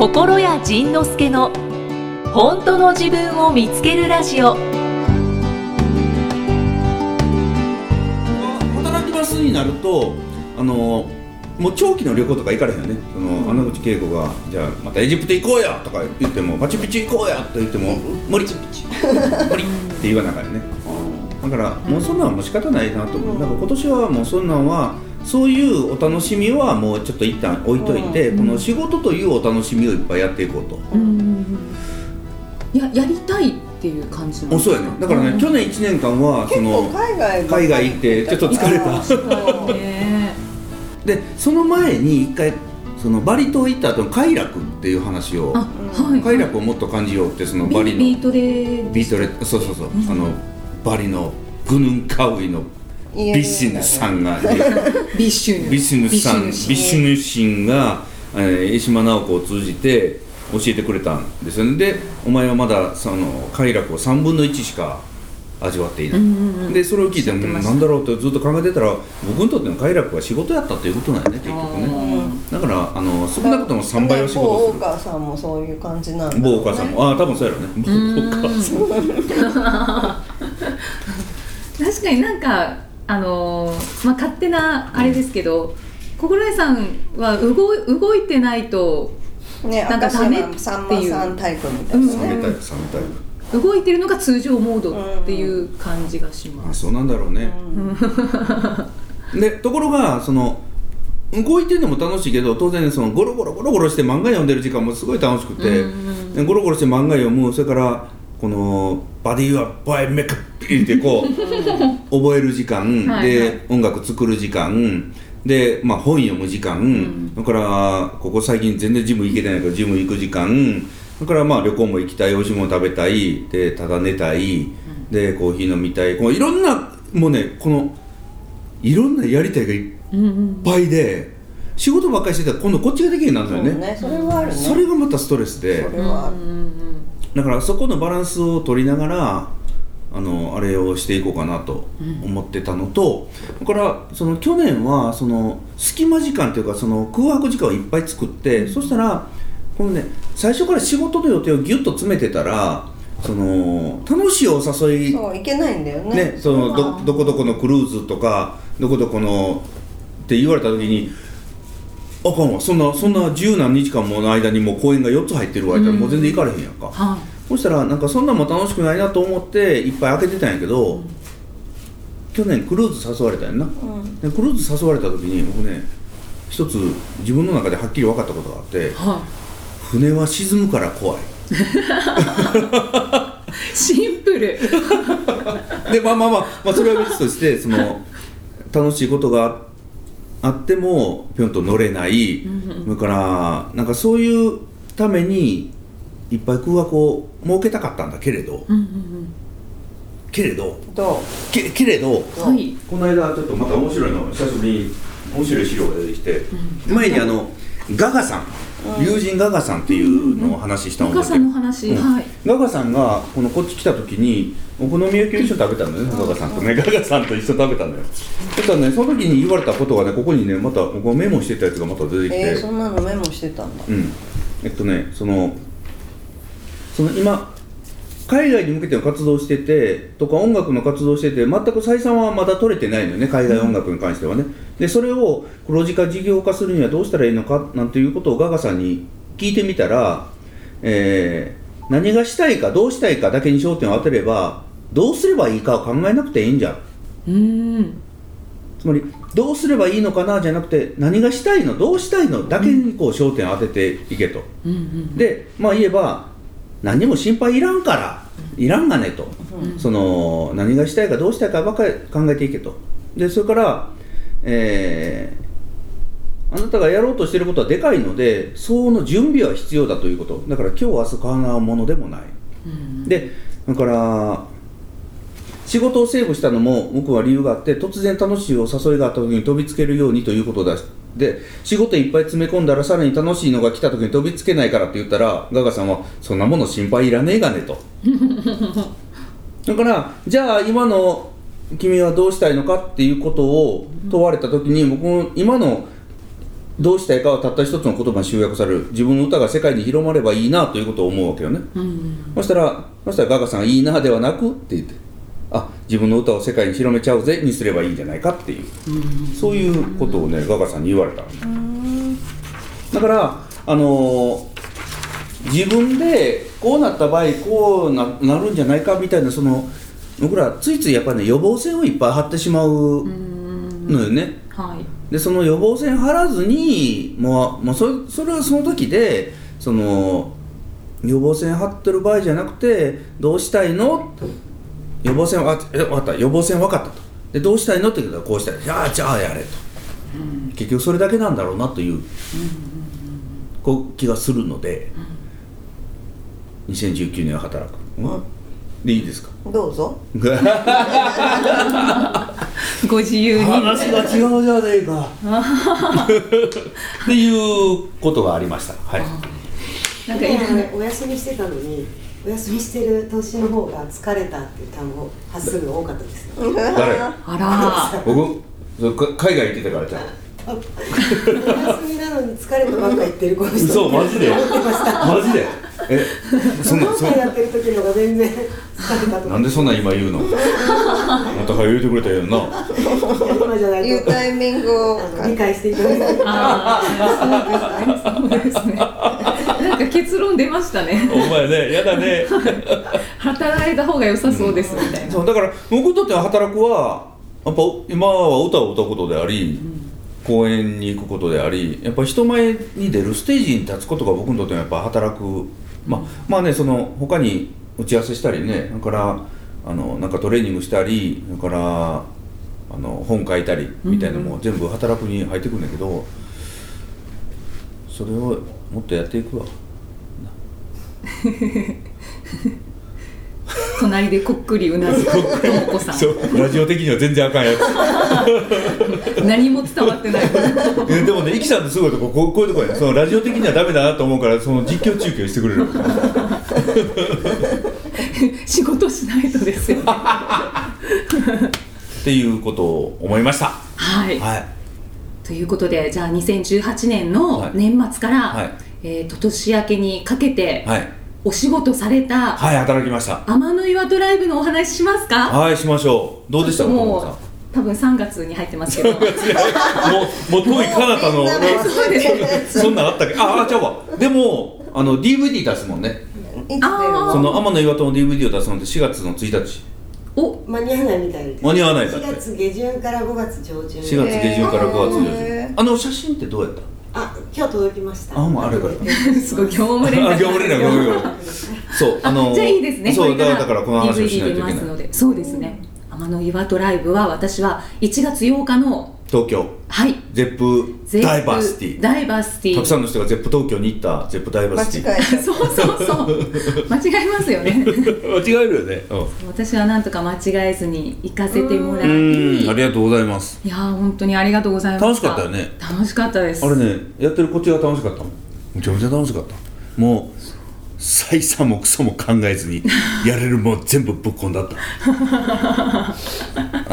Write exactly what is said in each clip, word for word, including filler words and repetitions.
心谷仁之助の本当の自分を見つけるラジオ。 働きバスになるとあのもう長期の旅行とか行かれへんよね。その穴口恵子がじゃあまたエジプト行こうやとか言ってもマチュピチュ行こうやと言っても無理無理って言わなあかんよね。だからもうそんなんはもう仕方ないなと思う。だから今年はもうそんなんはそういうお楽しみはもうちょっと一旦置いといて、うん、この仕事というお楽しみをいっぱいやっていこうと、うん、 や, やりたいっていう感じなんですか。 そうやね。だからね、うん、去年いちねんかんはその海外海外行ってちょっと疲れたでその前に一回そのバリ島行った後の快楽っていう話を、はい、快楽をもっと感じようってそのバリのビートレビートレそうそうそう、うん、あのバリのグヌンカウイのビッシヌさんがビッシュヌビッシュヌさんビッシュヌシンが、えー、江島直子を通じて教えてくれたんですよね。でお前はまだその快楽をさんぶんのいちしか味わっていない、うんうんうん、でそれを聞いてなんだろうとずっと考えてたら僕にとっての快楽は仕事やったということなんよね結局ね。だからあの少なくともさんばいは仕事をする。 某お母さんもそういう感じなんだ、ね、 某お母さんもああ多分そうやろね某お母さん確かになんかあのーまあ、勝手なあれですけど、うん、心得さんは動い、動いてないとね、 なんかダメっていうさんまさんタイプみたいな、ね、 サメタイプサメタイプ動いてるのが通常モードっていう感じがします、うん、 あそうなんだろうね、うん、でところがその動いてるのも楽しいけど当然そのゴロゴロゴロゴロして漫画読んでる時間もすごい楽しくて、うんうん、ゴロゴロして漫画読む。それからこのバディはバイメカピーってこう覚える時間で、はいはい、音楽作る時間で、まあ、本読む時間、うん、だからここ最近全然ジム行けてないけどジム行く時間だからまあ旅行も行きたい、おいしいもの食べたいでただ寝たい、うん、でコーヒー飲みたい、このいろんなもうねこのいろんなやりたいがいっぱいで、うんうん、仕事ばっかりしてたら今度こっちができるようになるんだよね。 そうね、それはあるね。 それがまたストレスで、 それはある。 だからそこのバランスを取りながらあのあれをしていこうかなと思ってたのと、うん、だからその去年はその隙間時間というかその空白時間をいっぱい作って、うん、そしたらこのね最初から仕事の予定をギュッと詰めてたらその楽しいお誘いそういけないんだよね。 ねその ど, どこどこのクルーズとかどこどこのって言われた時にあかんわそんなそんな十何日間もの間にもう公演がよっつ入ってるわけだったらもう全然行かれへんやんか、うんはあ、そしたらなんかそんなも楽しくないなと思っていっぱい開けてたんやけど、うん、去年クルーズ誘われたんやんな、うん、でクルーズ誘われた時に僕ね一つ自分の中ではっきり分かったことがあって、はあ、船は沈むから怖いシンプルでまあまあまあ、まあ、それは別としてその楽しいことがあってあってもぴょんと乗れない、うんうん、それからなんかそういうためにいっぱい空白を設けたかったんだけれど、うんうんうん、けれどどうけ, けれど、 はい、 この間ちょっとまた面白いの久しぶりに面白い資料が出てきて、うん、前にあのガガさん友人ガガさんっていうのを話したのをガガさんの話、うんはい、 ガガさんがこのこっち来た時にお好み焼きを一緒に食べたのよね、うん、ガガさんとねガガさんと一緒に食べたのよ。そしたらねその時に言われたことがねここにねまた僕がメモしてたやつがまた出てきて、 えー、そんなのメモしてたんだ。 うんえっとねそのその今海外に向けての活動をしててとか音楽の活動をしてて全く採算はまだ取れてないのよね海外音楽に関してはね。でそれを黒字化事業化するにはどうしたらいいのかなんていうことをガガさんに聞いてみたら、えー、何がしたいかどうしたいかだけに焦点を当てればどうすればいいかを考えなくていいんじゃん。うーんつまりどうすればいいのかなじゃなくて何がしたいのどうしたいのだけにこう焦点を当てていけと、うんうんうん、でまあ言えば何も心配いらんからいらんがねと、うん、その何がしたいかどうしたいかばかり考えていけと。でそれから、えー、あなたがやろうとしていることはでかいのでその準備は必要だということ。だから今日明日買うものでもない、うん、でだから仕事をセーブしたのも僕は理由があって突然楽しいお誘いがあった時に飛びつけるようにということだしで仕事いっぱい詰め込んだらさらに楽しいのが来た時に飛びつけないからって言ったらガガさんはそんなもの心配いらねえがねとだからじゃあ今の君はどうしたいのかっていうことを問われた時に僕も今のどうしたいかはたった一つの言葉に集約される。自分の歌が世界に広まればいいなということを思うわけよね、うん、そしたらそしたらガガさんがいいなではなくって言って、あ、自分の歌を世界に広めちゃうぜにすればいいんじゃないかっていう、うん、そういうことをねガガさんに言われた、うん、だからあのー、自分でこうなった場合こう な, なるんじゃないかみたいな、その僕らついついやっぱりね予防線をいっぱい張ってしまうのよね、 はい、 でその予防線張らずにもう、もう そ, それはその時でその予防線張ってる場合じゃなくて、どうしたいの、予防線は分かった、予防線分かったと、でどうしたいのって言ったらこうしたい、じゃあじゃあやれと、うん、結局それだけなんだろうなという、うん、こう気がするので、うん、にせんじゅうきゅうねんは働く、うん、でいいですか、 どうぞご自由に。 話が違うじゃねえかっていうことがありました。はい。 なんか今ね、お休みしてたのにお休みしてる年の方が疲れたっていう単語発するの多かったですよ。 誰？ あら。 僕海外行ってたからじゃん。 お休みなのに疲れたばっか言ってるこの人。 そう、マジで。マジで。え、 そんなそんなやってる時の方が全然疲れたと。 なんでそんな今言うの？また早言ってくれたよな。 今じゃないと。 言うタイミングを理解していただいて。 ああ、そうですね。なんか結論出ましたね。 お前ね、やだね。 働いた方が良さそうですみたいな。 そうだから僕にとっては働くはやっぱ今は歌を歌うことであり。うん、公演に行くことであり、やっぱり人前に出るステージに立つことが僕にとってはやっぱ働く、まあ、まあね、その他に打ち合わせしたりね、だからあのなんかトレーニングしたり、だからあの本書いたりみたいなのも全部働くに入ってくるんだけど、それをもっとやっていくわ隣でこっくりうなずくともこさん。 そうラジオ的には全然あかんやつ何も伝わってないでもね、イキさんってすごいとここう、こういうとこやね、そのラジオ的にはダメだなと思うから、その実況中継してくれる仕事しないとですよねっていうことを思いました。 はい、はい、ということで、じゃあにせんじゅうはちねんの年末から、はいはい、えーと、年明けにかけて、はい、お仕事された、 はい、働きました。 天の岩戸ライブのお話しますか？ はい、しましょう。どうでしたか？ もう多分さんがつに入ってますけどもう、 もう遠い彼方のそんなんあったっけ？ああ、ちゃうわ。でもあの ディーブイディー 出すもんね。 あ、 その天の岩戸の ディーブイディー を出すのでしがつのついたち。 お、間に合わないみたいです。 間に合わないだって。 しがつげじゅんからごがつ上旬。 しがつげじゅんからごがつ上旬。あの写真ってどうやった？ あ、今日届きました。 あ、もうあれからすごい業務連絡。 業務連絡、業務連絡。そう、あのじゃあいいですね。 そう、だからこの話をしないといけない。 ので、そうですね。天の岩戸ライブは私はいちがつようかの東京、 はい、 ゼップダイバーシティ、 ダイバーシティ、 たくさんの人がゼップ東京に行ったゼップダイバーシティ。 間違えた。 そうそうそう。間違えますよね。 間違えるよね。うん、 私はなんとか間違えずに行かせてもらい、 ありがとうございます。 いやー本当にありがとうございます。 楽しかったよね。 楽しかったです。 あれね、やってるこっちが楽しかったもん。めちゃめちゃ楽しかった。もう採算もクソも考えずにやれるもん全部ぶっ込んだった。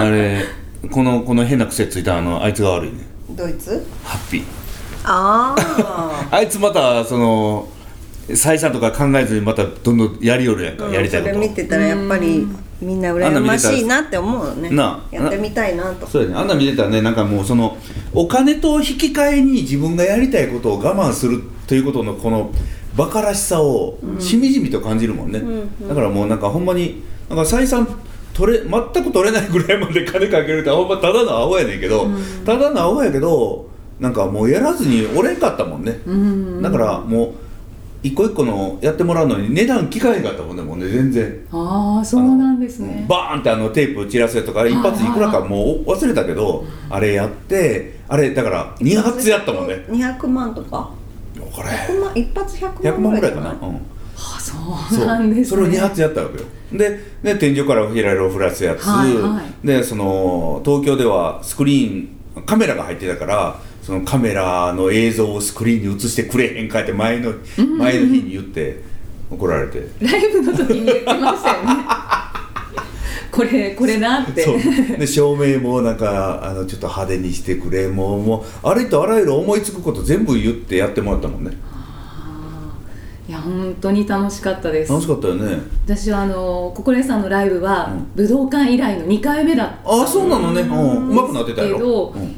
あれ。このこの変な癖ついたあのあいつが悪いね。 ドイツ？ ハッピー。 ああ。 あいつまたその採算とか考えずにまたどんどんやりよるやんか、うん、やりたいこと。 それ見てたらやっぱりみんな羨ましいなって思うよね。なやってみたいなと。 そうやね。あんな見てたらね、なんかもうそのお金と引き換えに自分がやりたいことを我慢するということのこのバカらしさをしみじみと感じるもんね、うんうんうん、だからもうなんかほんまになんか採算取れ全く取れないぐらいまで金かけるってほんまただのアホやねんけど、うん、ただのアホやけどなんかもうやらずに折れんかったもんね、うん、だからもう一個一個のやってもらうのに値段聞かへんかったもんね、もうね全然。 ああ、そうなんですね。 バーンってあのテープ散らせとか一発いくらかもう忘れたけど、あれやってあれだからに発やったもんね。 にひゃくまんとかこれひゃくまん一発ひゃくまんひゃくまんぐらいかな、うん、 はあ、そうなんですね。 それをに発やったわけよ。で、で天井からヒラロフラスやつ、はいはい、でその東京ではスクリーンカメラが入ってたからそのカメラの映像をスクリーンに映してくれへんかって前の、うん、前の日に言って怒られて、 ライブの時に言ってましたよねこれこれなってそうで照明もなんかあのちょっと派手にしてくれ、もうもうありとあらゆる思いつくこと全部言ってやってもらったもんね。 いや本当に楽しかったです。 楽しかったよね。 私はあのココレさんのライブは、うん、武道館以来のにかいめだったんです。 あ、そうなのね、うん、うまくなってたやろけど、うん、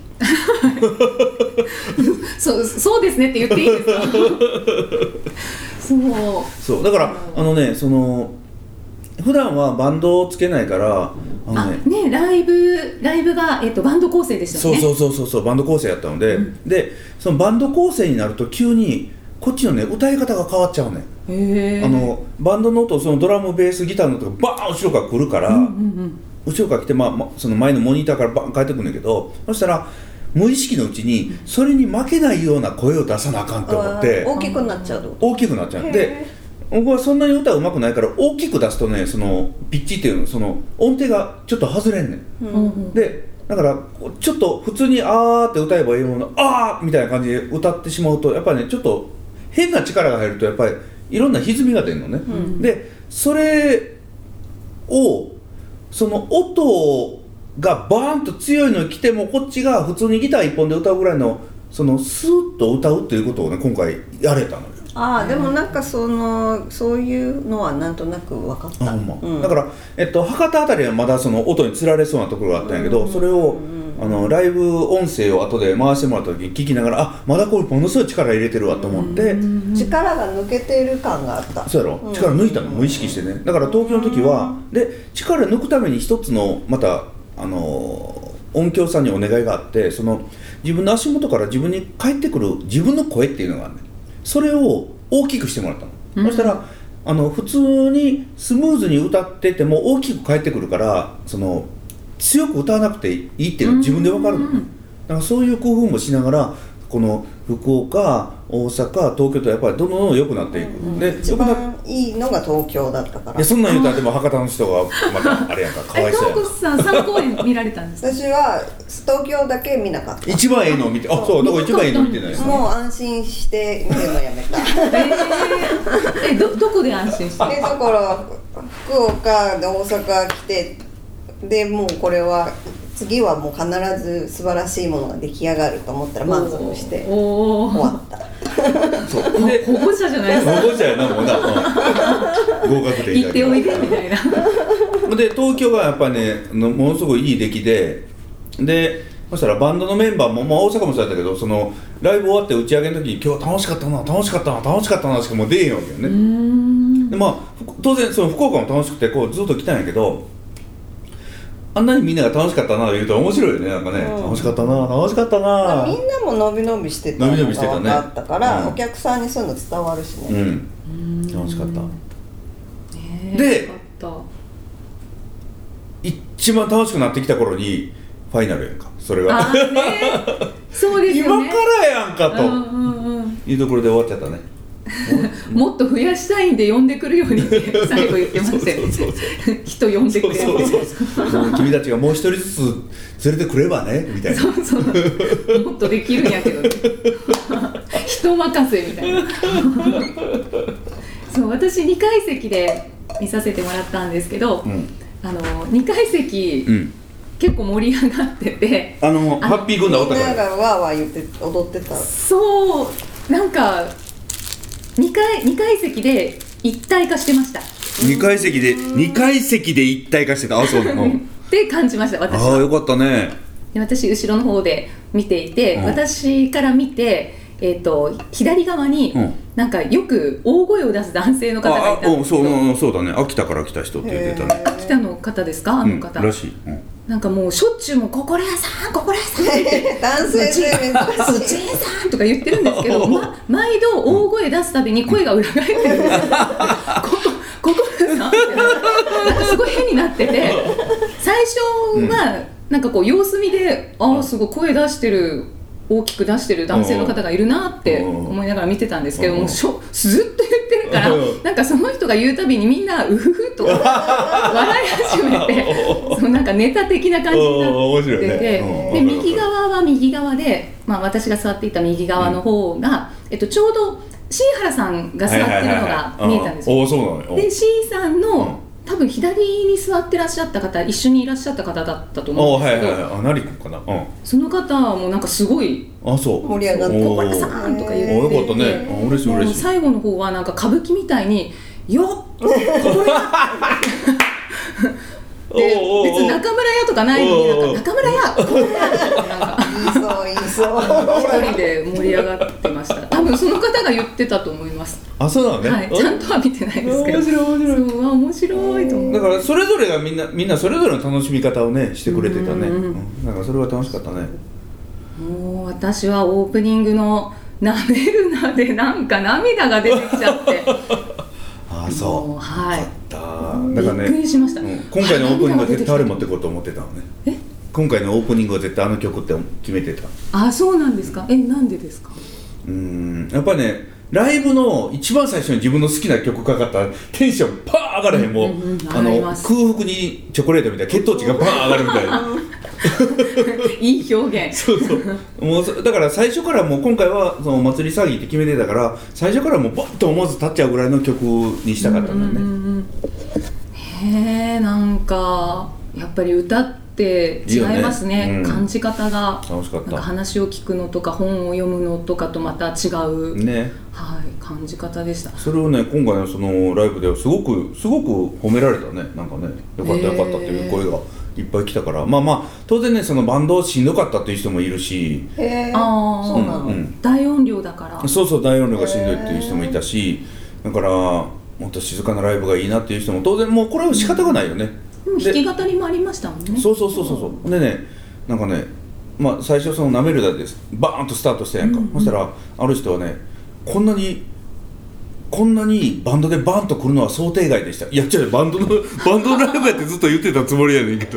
そう、そうですねって言っていいですかそうそうだからあのね、その普段はバンドをつけないからあの、ね、あねライブライブが、えっと、バンド構成でしたよね。 そうそうそうそうバンド構成やったので、うん、でそのバンド構成になると急にこっちのね歌い方が変わっちゃうね。へー。あのバンドの音、そのドラムベースギターの音がバーン後ろから来るから、うんうんうん、後ろから来て、まあま、その前のモニターからバーン返ってくるんだけど、そしたら無意識のうちにそれに負けないような声を出さなあかんと思って大きくなっちゃう大きくなっちゃうで、僕はそんなに歌うまくないから大きく出すとね、そのピッチっていうの、その音程がちょっと外れんねん、うん、でだからちょっと普通にあーって歌えばいいものあーみたいな感じで歌ってしまうとやっぱりねちょっと変な力が入るとやっぱりいろんな歪みが出るのね、うん、でそれをその音がバーンと強いのに来てもこっちが普通にギター一本で歌うぐらいのそのスーッと歌うっていうことをね今回やれたのよ。 ああでもなんかそのそういうのはなんとなく分かった。 あ、まうん、だから、えっと、博多あたりはまだその音につられそうなところがあったんやけど、うん、それを、うん、あのライブ音声を後で回してもらった時に聞きながらあまだこれものすごい力入れてるわと思って、うん、 力が抜けてる感があった。 そうやろ、うん、力抜いたの無意識してね。だから東京の時は、うん、で力抜くために一つのまたあの音響さんにお願いがあって、その自分の足元から自分に返ってくる自分の声っていうのがあるね。それを大きくしてもらったの、うん、そしたらあの普通にスムーズに歌ってても大きく返ってくるからその強く歌わなくていいっていうの自分で分かるのね、うん、だからそういう工夫もしながらこの福岡、大阪、東京とやっぱりどんどん良くなっていく、うん、で一番いいのが東京だったから。いやそんなん言うたらでも博多の人がまたあれやんかかわいそうやん。 え、さんさん公演見られたんですか？ 私は東京だけ見なかった。 一番いいのを見て、あ、そうだから一番いいの見てないです、ね、 もう安心して見るのやめたえー、え ど, どこで安心した？ でだから福岡で大阪来てでもうこれは次はもう必ず素晴らしいものが出来上がると思ったら満足して終わったそうで保護者じゃないですか。 保護者やなもうな、うん、合格で行っておいでみたいなで東京がやっぱりねものすごいいい出来で、でそしたらバンドのメンバーも、まあ、大阪もそうだったけど、そのライブ終わって打ち上げの時に今日楽しかったな楽しかったな楽しかったなしかもう出えへんわけよね。うーんで、まあ、当然その福岡も楽しくてこうずっと来たんやけど、あんなにみんなが楽しかったな言うと面白いよね。なんかね、うん、楽しかったな楽しかったな、 みんなも伸び伸びしてたのが分かったから、ねうん、お客さんにそういうの伝わるしね、うん、 楽しかった、 えー、 でよかった。 一番楽しくなってきた頃にファイナルやんか、それがあ、ね、そうですよね今からやんかと、 うんうんうん、 いうところで終わっちゃったねもっと増やしたいんで呼んでくるようにって最後言ってましたよね人呼んでくれそうそうそう君たちがもう一人ずつ連れてくればねみたいなそうそうもっとできるんやけど、ね、人任せみたいなそう私にかい席で見させてもらったんですけど、うん、あのにかい席、うん、結構盛り上がってて、 あのハッピー軍団おったからみんながわーわー言って踊ってた。 そうなんかにかい、にかい席で一体化してました。 にかい席でにかい席で一体化してた。あ、そうなのって感じました私は。 ああよかったね。 で私後ろの方で見ていて、うん、私から見て、えー、と左側に、うん、なんかよく大声を出す男性の方がいたんですけど、 ああそう、そうだね、秋田から来た人って言ってたね。 秋田の方ですかあの方、 うん、らしい、うん、 なんかもうしょっちゅうも心屋さん心屋さんって男性で珍しいそうジェイさんとか言ってるんですけど、ま、毎度大声出すたびに声が裏返ってるんですよこ心屋さんってなんかすごい変になってて、最初はなんかこう様子見でああすごい声出してる大きく出してる男性の方がいるなって思いながら見てたんですけども、しょずっと言ってるからなんかその人が言うたびにみんなうふふと笑い始めてそのなんかネタ的な感じになってて、ね、で右側は右側で、まあ、私が座っていた右側の方が、うんえっと、ちょうど新原さんが座ってるのが見えたんですよ。で C さんの多分左に座ってらっしゃった方、一緒にいらっしゃった方だったと思うんですけど、 あ、はいはいはい、あ、なりくんかな、うん、 その方もなんかすごいあ、そう盛り上がって小林さんとか言ってあ、よかったね、あ、嬉しい嬉しい。 最後の方はなんか歌舞伎みたいによっここで別に中村屋とかないのになんか中村屋これや言いそう言いそう一人で盛り上がってました。多分その方が言ってたと思います。 あ、そうなのね、 はい、ちゃんとは見てないですけど、 面白い面白い、 そう、あ、面白いと思う。 だからそれぞれがみんなみんなそれぞれの楽しみ方をねしてくれてたね、 うんうん、なんかそれは楽しかったね。 もう私はオープニングのなめるなでなんか涙が出てきちゃってああ、そう、 はい、 だからね、 びっくりしました、 うん、今回のオープニングは絶対あれ持ってこうと思ってたのね。 え、 今回のオープニングは絶対あの曲って決めてた。 あ、そうなんですか。え、なんでですか。 うーん、やっぱね、ライブの一番最初に自分の好きな曲かかったらテンションパーン上がらへん、もう、うんうんうん、あの空腹にチョコレートみたいな血糖値がパーン上がるみたいないい表現。 そうそう、もうだから最初からもう今回はそのお祭り騒ぎって決めてたから最初からもうバッと思わず立っちゃうぐらいの曲にしたかったんだよね、うんうんうん、 へえ、なんかやっぱり歌って違いますね、いいよね、うん、感じ方が。 楽しかった。 なんか話を聞くのとか本を読むのとかとまた違う、 ね、 はい、感じ方でした。 それをね、今回のそのライブではすごくすごく褒められたね。なんかね、よかったよかったっていう声がいっぱい来たから、まあまあ当然ね、そのバンドしんどかったっていう人もいるし、 へー、 あ、 そうなの、 うんうん、 大音量だから。 そうそう、大音量がしんどいっていう人もいたし、だからもっと静かなライブがいいなっていう人も当然、もうこれは仕方がないよね、 うん、でも弾き語りもありましたもんね。 そうそうそうそうそうでね、なんかね、まあ最初そのなめるだですバーンとスタートしたやんか、うんうん、そしたらある人はね、こんなにこんなにバンドでバーンと来るのは想定外でした。いや、違う、バンドのバンドのライブやってずっと言ってたつもりやねんけど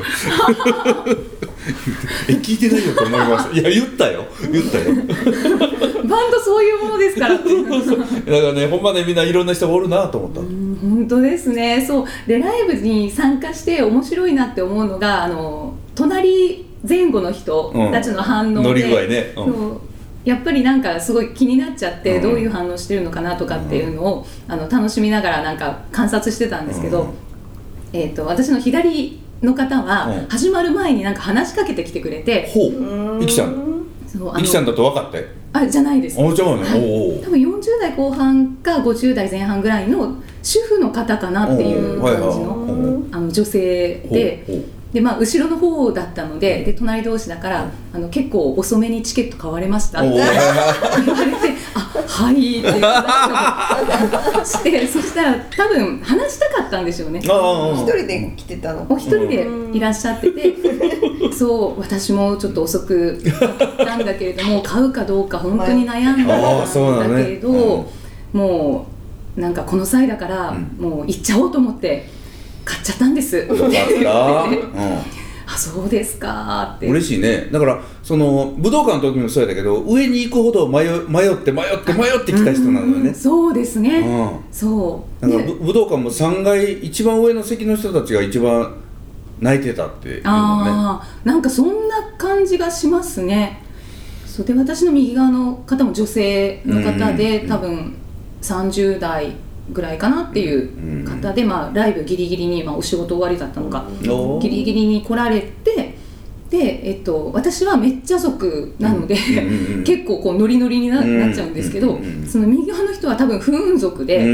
え、聞いてないよと思います。いや、言ったよ言ったよバンドそういうものですからってそうそう、だからね、ほんまね、みんないろんな人がおるなと思った。うん、 本当ですね。そうで、ライブに参加して面白いなって思うのが、あの隣前後の人たちの反応で、うん、乗り具合ね、うん、そうやっぱりなんかすごい気になっちゃって、うん、どういう反応してるのかなとかっていうのを、うん、あの楽しみながらなんか観察してたんですけど、うん、えーと、私の左の方は始まる前になんか話しかけてきてくれて、 ほう、いきさん、いきさんだと分かって？ あ、じゃないです。 あ、じゃあね、はい、お多分よんじゅう代後半かごじゅう代前半ぐらいの主婦の方かなっていう感じの、あの女性で、で、まあ、後ろの方だったので、で隣同士だから、あの結構遅めにチケット買われましたって言われて、あ、はいって言ってそしたら多分話したかったんでしょうね。 一人で来てたの？ お一人でいらっしゃってて、そう、私もちょっと遅く買ったんだけれども買うかどうか本当に悩んだんだけれど、ね、うん、もうなんかこの際だから、うん、もう行っちゃおうと思って買っちゃったんです。よかった、うん、あ、そうですかって。 嬉しいね。だからその武道館の時もそうやったけど、上に行くほど迷、迷って迷って迷ってきた人なのよね、うん、 そうですね、 うん、 そうだから、ね、武道館もさんがい一番上の席の人たちが一番泣いてたっていうのね。 あ、なんかそんな感じがしますね。そうで、私の右側の方も女性の方で、うん、多分さんじゅう代ぐらいかなっていう方で、うん、まあ、ライブギリギリに、まあ、お仕事終わりだったのか、うん、ギリギリに来られて、で、えっと、私はめっちゃ族なので、うん、結構こうノリノリに な,、うん、なっちゃうんですけど、うん、その右側の人は多分不運族で、うん、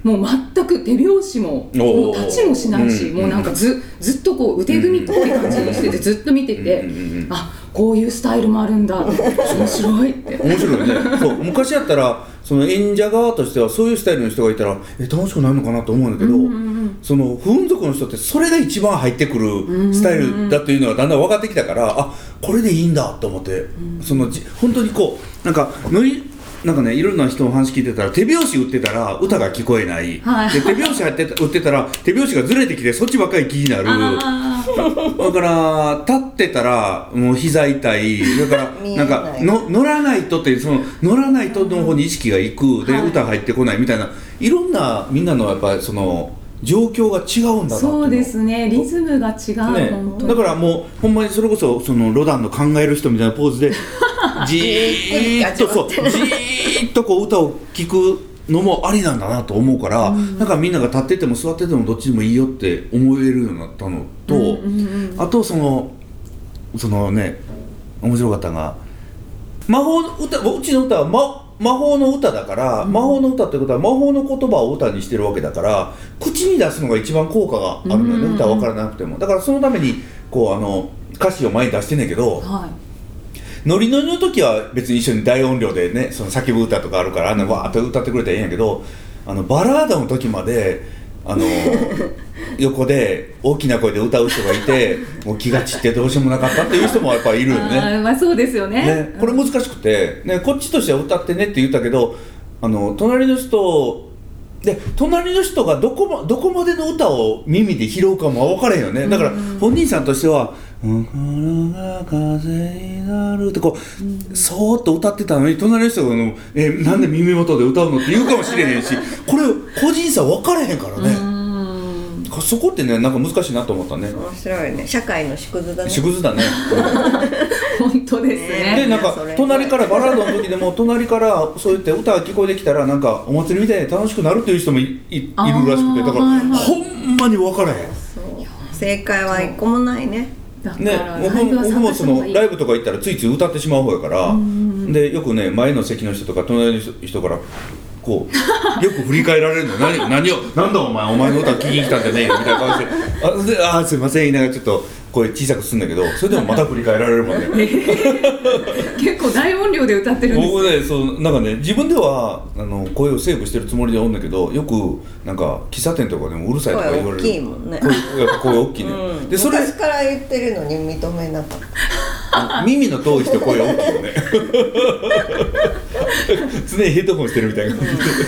もう全く手拍子も、もう立ちもしないし、うん、もうなんか ず, ずっとこう腕組みっぽい感じにしててずっと見てて、うん、あ、こういうスタイルもあるんだって面白いって面白いね。そう、昔やったらその演者側としてはそういうスタイルの人がいたらえ楽しくないのかなと思うんだけど、うんうんうん、その不運族の人ってそれが一番入ってくるスタイルだというのがだんだん分かってきたから、あ、これでいいんだと思って、うん、その本当にこうなんかのりなんかね、いろんな人の話聞いてたら手拍子打ってたら歌が聞こえない、はい、で手拍子って打ってたら手拍子がずれてきてそっちばっかり気になる。だから立ってたらもう膝痛い。だからなんかの乗らないとってその乗らないとの方に意識がいくで、はい、歌入ってこないみたいな、いろんなみんなのやっぱりその状況が違うんだな。 そうですね、リズムが違う、ね、本当に。 だからもうほんまにそれこそそのロダンの考える人みたいなポーズでじーっとそうじーっとこう歌を聴くのもありなんだなと思うから、うん、なんかみんなが立ってても座っててもどっちでもいいよって思えるようになったのと、うんうんうん、あとそのそのね面白かったのが魔法の歌、うちの歌は、ま、魔法の歌だから、うん、魔法の歌ってことは魔法の言葉を歌にしてるわけだから口に出すのが一番効果があるのよね、うんうん、歌分からなくても。だからそのためにこうあの歌詞を前に出してんねんけど、はい、ノリノリの時は別に一緒に大音量でねその叫ぶ歌とかあるからあんなわーっと歌ってくれたらいいんやけど、あのバラードの時まであの横で大きな声で歌う人がいてもう気が散ってどうしようもなかったっていう人もやっぱりいるよね。 あ、まあ、そうですよ ね, ねこれ難しくて、ね、こっちとしては歌ってねって言ったけどあの隣の人で隣の人がどこ, まどこまでの歌を耳で拾うかも分からへんよね。だから本人さんとしては「心が風になる」ってこう、うん、そーっと歌ってたのに隣の人がの「えなんで耳元で歌うの?」って言うかもしれへんしこれ個人差分からへんからね。うんそこってねなんか難しいなと思ったね。 面白いね。社会の縮図だね。 縮図だね。 本当ですね。 でなんか隣からバラードの時でも隣からそうやって歌が聞こえてきたらなんかお祭りみたいで楽しくなるっていう人も い, い, いるらしくてだから、はいはい、ほんまに分からへん。 そう正解は一個もないね。 だからね、僕, 僕もそのライブとか行ったらついつい歌ってしまう方やから、でよくね前の席の人とか隣の人からこうよく振り返られるの何, 何をなんだお前お前の歌聞きに来たんじゃねえよみたいな顔して あ, あすいません言いながらちょっと声小さくするんだけどそれでもまた振り返られるもんね。 結構大音量で歌ってるんです。 僕ねそうなんかね自分ではあの声をセーブしてるつもりではおんだけどよくなんか喫茶店とかでもうるさいとか言われる。 声大きいもんね。 声やっぱ声大きいね、 うん、 でそれ昔から言ってるのに認めなかった。 耳の遠い人声大きいよね。常にヘッドホンしてるみたいな感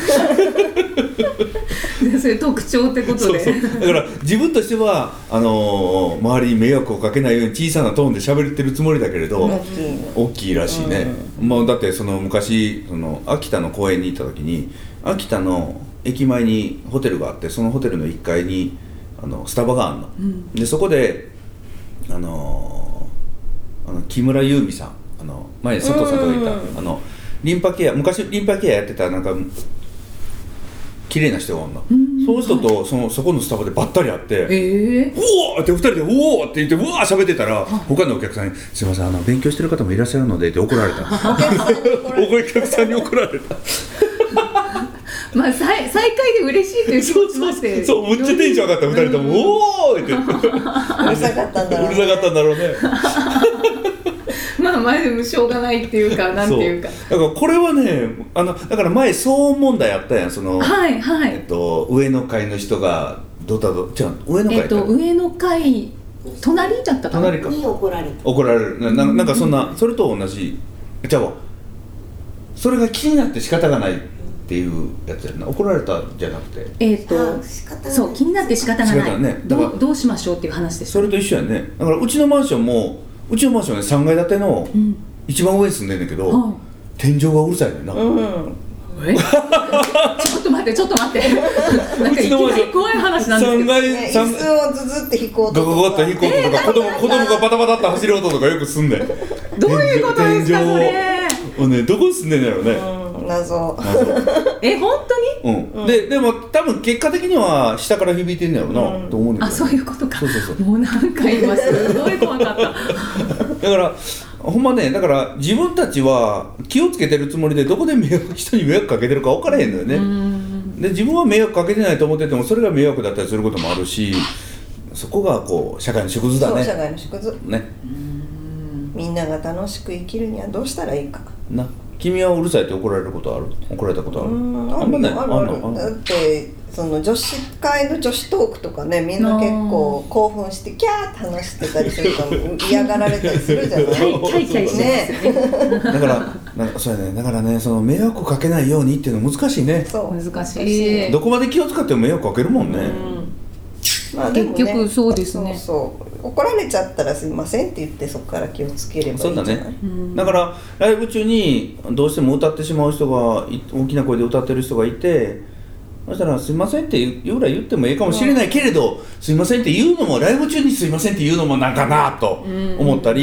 じでそれ特徴ってことでそうそうだから自分としてはあのー、周りに迷惑をかけないように小さなトーンで喋ってるつもりだけれど、 大きいね、 大きいらしいね、うんまあ、だってその昔その秋田の公園に行った時に秋田の駅前にホテルがあってそのホテルのいっかいにあのスタバがあるの、うん、でそこであのー、あの木村優美さんあの前に佐藤さんとかいた、うん、あのリンパケア昔リンパケアやってたなんか綺麗な人がおんの、うん、その人とそのそこのスタバでばったり会って、えー、うおーってふたりでうおーって言ってうわー喋ってたら他のお客さんにすいませんあの勉強してる方もいらっしゃるのでって怒られた。お客さんに怒られた。 まあ再, 再会で嬉しいという気持ちもしてそうそうそうむっちゃテンション上がったふたりとも、うん、おーってうるさかったんだろうね。 うるさかったんだろうね。 まあ前でもしょうがないっていうかなんていうかだからこれはねあのだから前騒音問題あったやんその、 はいはいえっと、上の階の人がどうだどうじゃあ上の階、 えっと、上の階隣じゃったかな隣かに怒られる怒られる な, なんかそんなそれと同じじゃあそれが気になって仕方がないっていうやつやな。怒られたじゃなくてえっとそう気になって仕方がない、ね、ど, どうしましょうっていう話です、ね、 それと一緒やね。だからうちのマンションもうちのマンションねさんがい建ての一番上に住んでんだけど、うん、天井がうるさいねんな、うん、 えちょっと待ってちょっと待ってなんかいきなり怖い話なんですけど、 ね、椅子をズズって引く音とかガガガッと引く音とか、子供子供がバタバタって走る音とかよくすんねん。どういうことですかそれ。 もうねどこに住んでんだろうね、 うん、謎え本当に、うん、で, でも多分結果的には下から響いてんだろうな、うん、と思うんだけど、ね、 あそういうことか。 そうそうそうもうなんか今すごい怖かっただからほんまねだから自分たちは気をつけてるつもりでどこで迷惑人に迷惑かけてるか分からへんのよね。で自分は迷惑かけてないと思っててもそれが迷惑だったりすることもあるしそこがこう社会の縮図だね。 そう社会の縮図ね。 みんなが楽しく生きるにはどうしたらいいかな。君はうるさいって怒られることある？怒られたことある？ うんあんまねあるあるある。だってその女子会の女子トークとかねみんな結構興奮してキャーって話してたりすると嫌がられたりするじゃないキャイキャイしてますよね。 だからなんかそうやねだからねその迷惑かけないようにっていうの難しいね。 そう難しい。 どこまで気を使っても迷惑かけるもんね。うんまあでもね、結局そうですね。 そうそう怒られちゃったらすいませんって言ってそこから気をつければいいんじゃない。 そうだね、うん、だからライブ中にどうしても歌ってしまう人が大きな声で歌ってる人がいてそしたらすいませんって言うぐらい言ってもいいかもしれないけれど、うん、すいませんって言うのもライブ中にすいませんって言うのもなんかなと思ったり、うん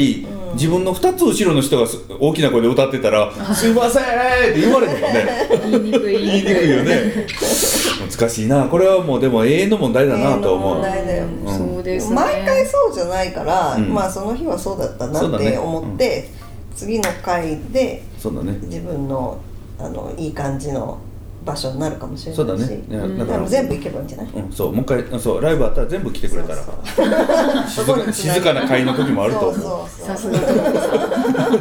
自分のふたつ後ろの人が大きな声で歌ってたら「すいません!」って言われるもんね。 言いにくい言いにくいよね。難しいな。これはもうでも永遠の問題だなと思う。 永遠の問題だよ、 うん、 そうですね。 毎回そうじゃないから、 うん、 まあその日はそうだったなって思って、ね、うん、次の回でそうだね、 自分のあのいい感じの場所になるかもしれないし、 そうだね、いやだから全部行けばいいんじゃない？ うん、そう、もう一回、そう、ライブあったら全部来てくれたらそうそう静, 静かな会の時もあると思う。 さすがトモコさん。い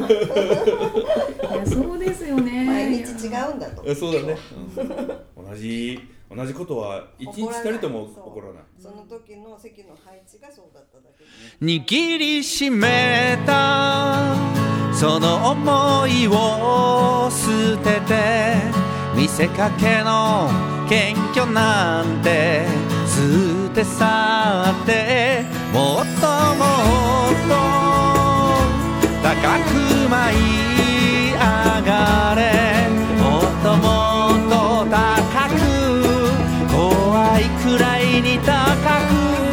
や、そうですよね。 毎日違うんだと。 そうだね、うん、同じ同じことは一日たりとも起こらない。 その時の席の配置がそうだっただけで、 握りしめたその思いを捨てて、見せかけの謙虚なんて捨て去って、もっともっと高く舞い上がれ、もっともっと高く、怖いくらいに高く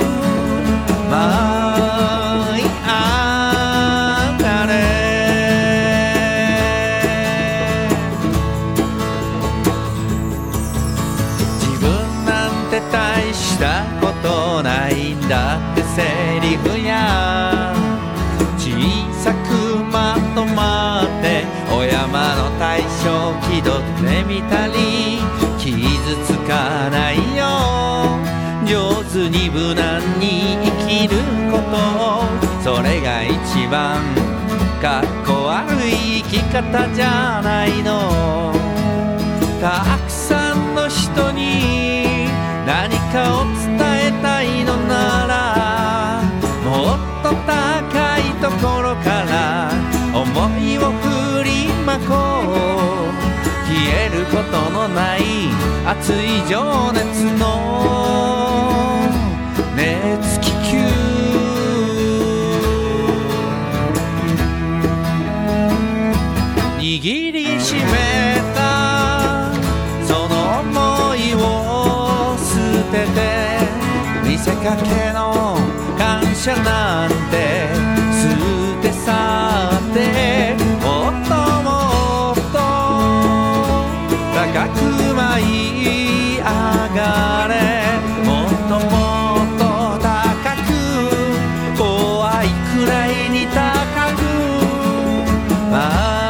舞い上がれ。大したことないんだってセリフや、小さくまとまってお山の大将気取ってみたり、傷つかないよ上手に無難に生きること、それが一番かっこ悪い生き方じゃないの。たくさんの人に何かを伝えたいのなら、もっと高いところから思いを振りまこう。消えることのない熱い情熱の熱気球、握りしめたその思いを捨てて、見せかけの感謝なんて捨て去って、もっともっと高く舞い上がれ、もっともっと高く、怖いくらいに高く舞い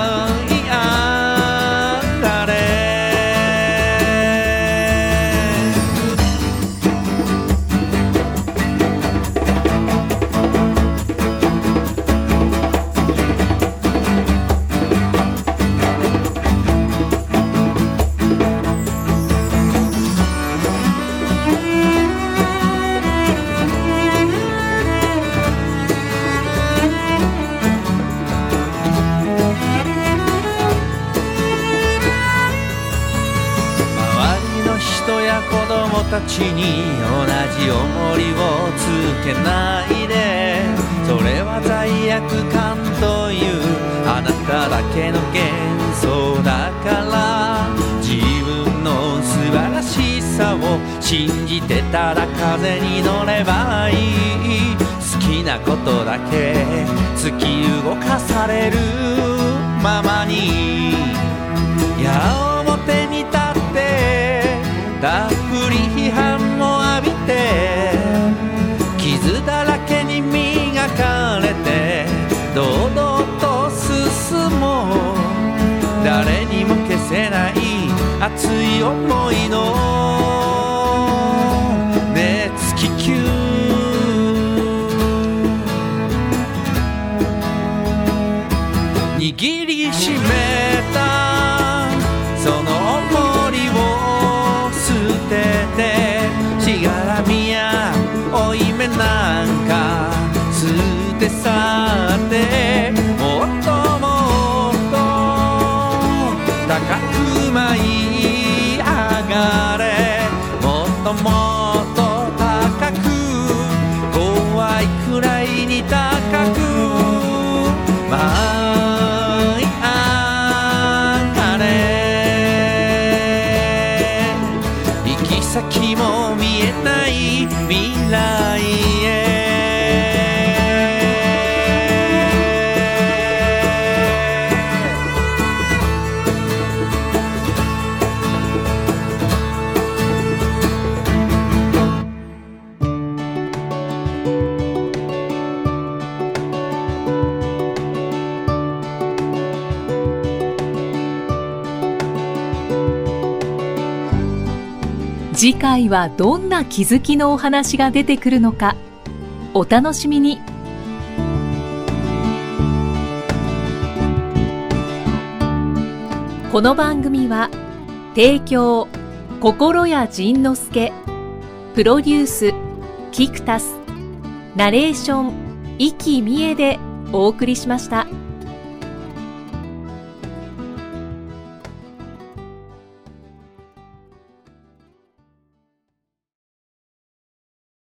たちに同じ重りをつけないで、それは罪悪感というあなただけの幻想だから、自分の素晴らしさを信じてたら風に乗ればいい。好きなことだけ突き動かされるままに、矢面に立ってたっぷり批判も浴びて、傷だらけに磨かれて堂々と進もう。誰にも消せない熱い思いの熱気球、握りしめたその重りを捨てて、しがらみや負い目なんか捨て去って、もっともっと高く舞い上がれ、もっともっと高く、怖いくらいに高く舞い上がれ、行き先も見えない未来へ。 次回はどんな気づきのお話が出てくるのか、お楽しみに。この番組は提供心谷仁之助、プロデュースキクタス、ナレーション生きみえでお送りしました。